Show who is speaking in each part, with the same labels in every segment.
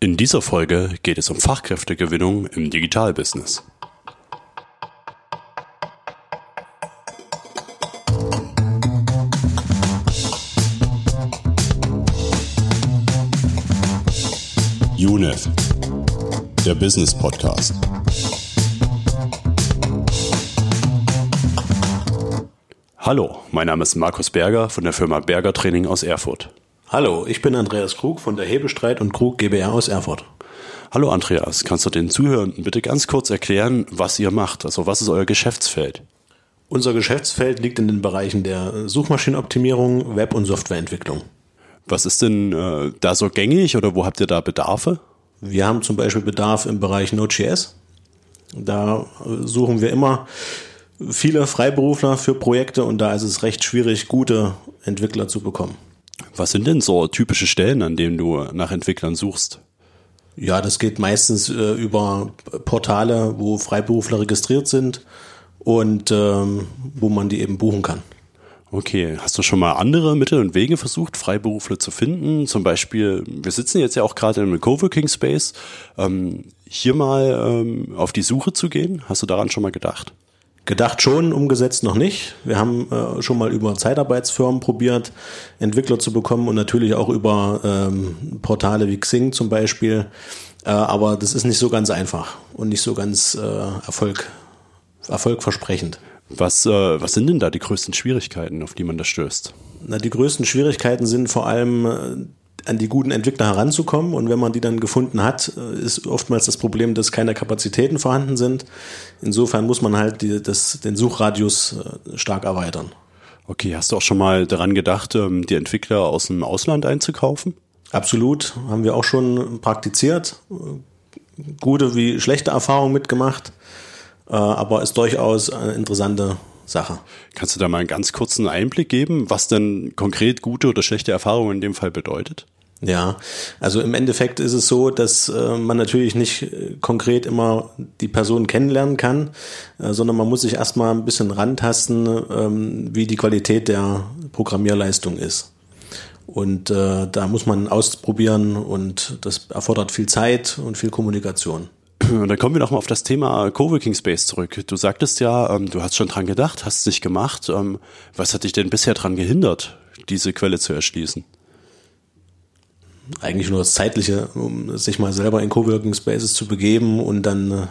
Speaker 1: In dieser Folge geht es um Fachkräftegewinnung im Digitalbusiness. UNEF, der Business Podcast. Hallo, mein Name ist Markus Berger von der Firma Berger Training aus Erfurt.
Speaker 2: Hallo, ich bin Andreas Krug von der Hebestreit und Krug GbR aus Erfurt.
Speaker 1: Hallo Andreas, kannst du den Zuhörenden bitte ganz kurz erklären, was ihr macht? Also was ist euer Geschäftsfeld?
Speaker 2: Unser Geschäftsfeld liegt in den Bereichen der Suchmaschinenoptimierung, Web- und Softwareentwicklung.
Speaker 1: Was ist denn da so gängig oder wo habt ihr da Bedarfe?
Speaker 2: Wir haben zum Beispiel Bedarf im Bereich Node.js. Da suchen wir immer viele Freiberufler für Projekte und da ist es recht schwierig, gute Entwickler zu bekommen.
Speaker 1: Was sind denn so typische Stellen, an denen du nach Entwicklern suchst?
Speaker 2: Ja, das geht meistens über Portale, wo Freiberufler registriert sind und wo man die eben buchen kann.
Speaker 1: Okay, hast du schon mal andere Mittel und Wege versucht, Freiberufler zu finden? Zum Beispiel, wir sitzen jetzt ja auch gerade in einem Coworking Space, hier mal auf die Suche zu gehen. Hast du daran schon mal gedacht?
Speaker 2: Gedacht schon, umgesetzt noch nicht. Wir haben schon mal über Zeitarbeitsfirmen probiert, Entwickler zu bekommen und natürlich auch über Portale wie Xing zum Beispiel. Aber das ist nicht so ganz einfach und nicht so ganz erfolgversprechend.
Speaker 1: Was sind denn da die größten Schwierigkeiten, auf die man da stößt?
Speaker 2: Na, die größten Schwierigkeiten sind vor allem an die guten Entwickler heranzukommen und wenn man die dann gefunden hat, ist oftmals das Problem, dass keine Kapazitäten vorhanden sind. Insofern muss man halt den Suchradius stark erweitern.
Speaker 1: Okay, hast du auch schon mal daran gedacht, die Entwickler aus dem Ausland einzukaufen?
Speaker 2: Absolut, haben wir auch schon praktiziert, gute wie schlechte Erfahrungen mitgemacht, aber ist durchaus eine interessante Sache.
Speaker 1: Kannst du da mal einen ganz kurzen Einblick geben, was denn konkret gute oder schlechte Erfahrungen in dem Fall bedeutet?
Speaker 2: Ja, also im Endeffekt ist es so, dass man natürlich nicht konkret immer die Person kennenlernen kann, sondern man muss sich erstmal ein bisschen rantasten, wie die Qualität der Programmierleistung ist. Und da muss man ausprobieren und das erfordert viel Zeit und viel Kommunikation.
Speaker 1: Und dann kommen wir noch mal auf das Thema Coworking Space zurück. Du sagtest ja, du hast schon dran gedacht, hast es nicht gemacht. Was hat dich denn bisher dran gehindert, diese Quelle zu erschließen?
Speaker 2: Eigentlich nur das Zeitliche, um sich mal selber in Coworking Spaces zu begeben und dann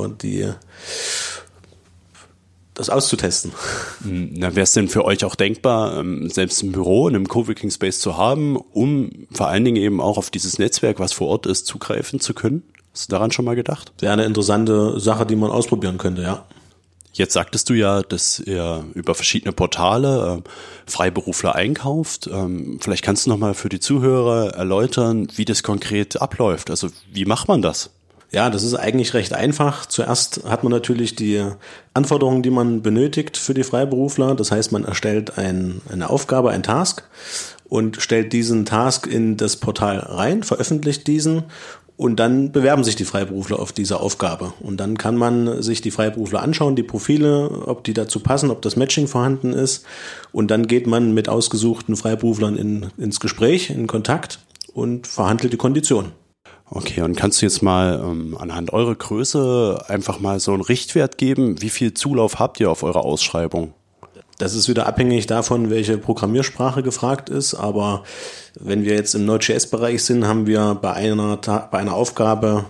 Speaker 2: das auszutesten.
Speaker 1: Na, wäre es denn für euch auch denkbar, selbst ein Büro in einem Coworking Space zu haben, um vor allen Dingen eben auch auf dieses Netzwerk, was vor Ort ist, zugreifen zu können? Hast du daran schon mal gedacht?
Speaker 2: Wäre eine interessante Sache, die man ausprobieren könnte, ja.
Speaker 1: Jetzt sagtest du ja, dass ihr über verschiedene Portale Freiberufler einkauft. Vielleicht kannst du noch mal für die Zuhörer erläutern, wie das konkret abläuft. Also wie macht man das?
Speaker 2: Ja, das ist eigentlich recht einfach. Zuerst hat man natürlich die Anforderungen, die man benötigt für die Freiberufler. Das heißt, man erstellt eine Aufgabe, einen Task und stellt diesen Task in das Portal rein, veröffentlicht diesen und dann bewerben sich die Freiberufler auf diese Aufgabe. Und dann kann man sich die Freiberufler anschauen, die Profile, ob die dazu passen, ob das Matching vorhanden ist. Und dann geht man mit ausgesuchten Freiberuflern ins Gespräch, in Kontakt und verhandelt die Konditionen.
Speaker 1: Okay, und kannst du jetzt mal anhand eurer Größe einfach mal so einen Richtwert geben? Wie viel Zulauf habt ihr auf eure Ausschreibung?
Speaker 2: Das ist wieder abhängig davon, welche Programmiersprache gefragt ist. Aber wenn wir jetzt im Node.js-Bereich sind, haben wir bei einer Aufgabe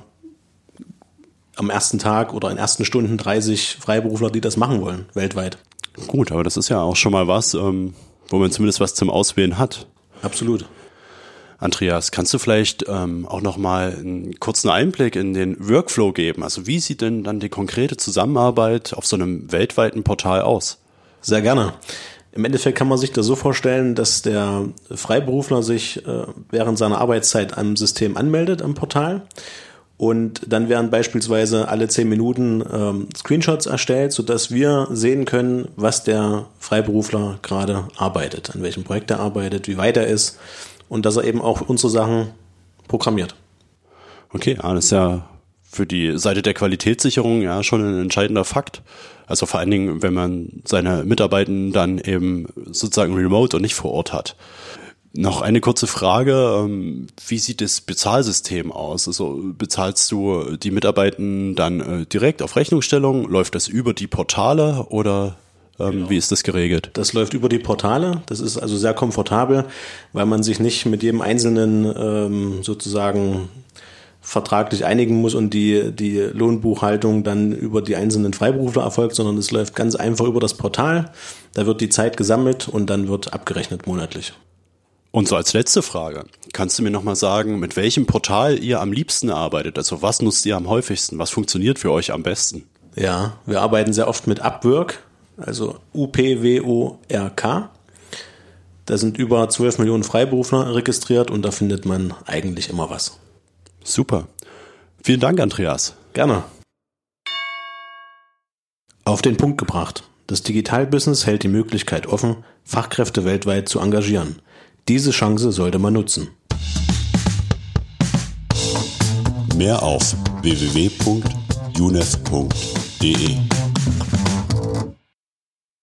Speaker 2: am ersten Tag oder in ersten Stunden 30 Freiberufler, die das machen wollen, weltweit.
Speaker 1: Gut, aber das ist ja auch schon mal was, wo man zumindest was zum Auswählen hat.
Speaker 2: Absolut.
Speaker 1: Andreas, kannst du vielleicht auch noch mal einen kurzen Einblick in den Workflow geben? Also wie sieht denn dann die konkrete Zusammenarbeit auf so einem weltweiten Portal aus?
Speaker 2: Sehr gerne. Im Endeffekt kann man sich das so vorstellen, dass der Freiberufler sich während seiner Arbeitszeit am System anmeldet, am Portal. Und dann werden beispielsweise alle 10 Minuten Screenshots erstellt, sodass wir sehen können, was der Freiberufler gerade arbeitet, an welchem Projekt er arbeitet, wie weit er ist und dass er eben auch unsere Sachen programmiert.
Speaker 1: Okay, das ist ja für die Seite der Qualitätssicherung ja schon ein entscheidender Fakt. Also vor allen Dingen, wenn man seine Mitarbeitenden dann eben sozusagen remote und nicht vor Ort hat. Noch eine kurze Frage. Wie sieht das Bezahlsystem aus? Also bezahlst du die Mitarbeitenden dann direkt auf Rechnungsstellung? Läuft das über die Portale oder genau. Wie ist das geregelt?
Speaker 2: Das läuft über die Portale. Das ist also sehr komfortabel, weil man sich nicht mit jedem Einzelnen sozusagen vertraglich einigen muss und die Lohnbuchhaltung dann über die einzelnen Freiberufler erfolgt, sondern es läuft ganz einfach über das Portal. Da wird die Zeit gesammelt und dann wird abgerechnet monatlich.
Speaker 1: Und so als letzte Frage, kannst du mir nochmal sagen, mit welchem Portal ihr am liebsten arbeitet? Also was nutzt ihr am häufigsten? Was funktioniert für euch am besten?
Speaker 2: Ja, wir arbeiten sehr oft mit Upwork, also UPWORK. Da sind über 12 Millionen Freiberufler registriert und da findet man eigentlich immer was.
Speaker 1: Super. Vielen Dank, Andreas.
Speaker 2: Gerne. Auf den Punkt gebracht. Das Digitalbusiness hält die Möglichkeit offen, Fachkräfte weltweit zu engagieren. Diese Chance sollte man nutzen.
Speaker 3: Mehr auf www.unef.de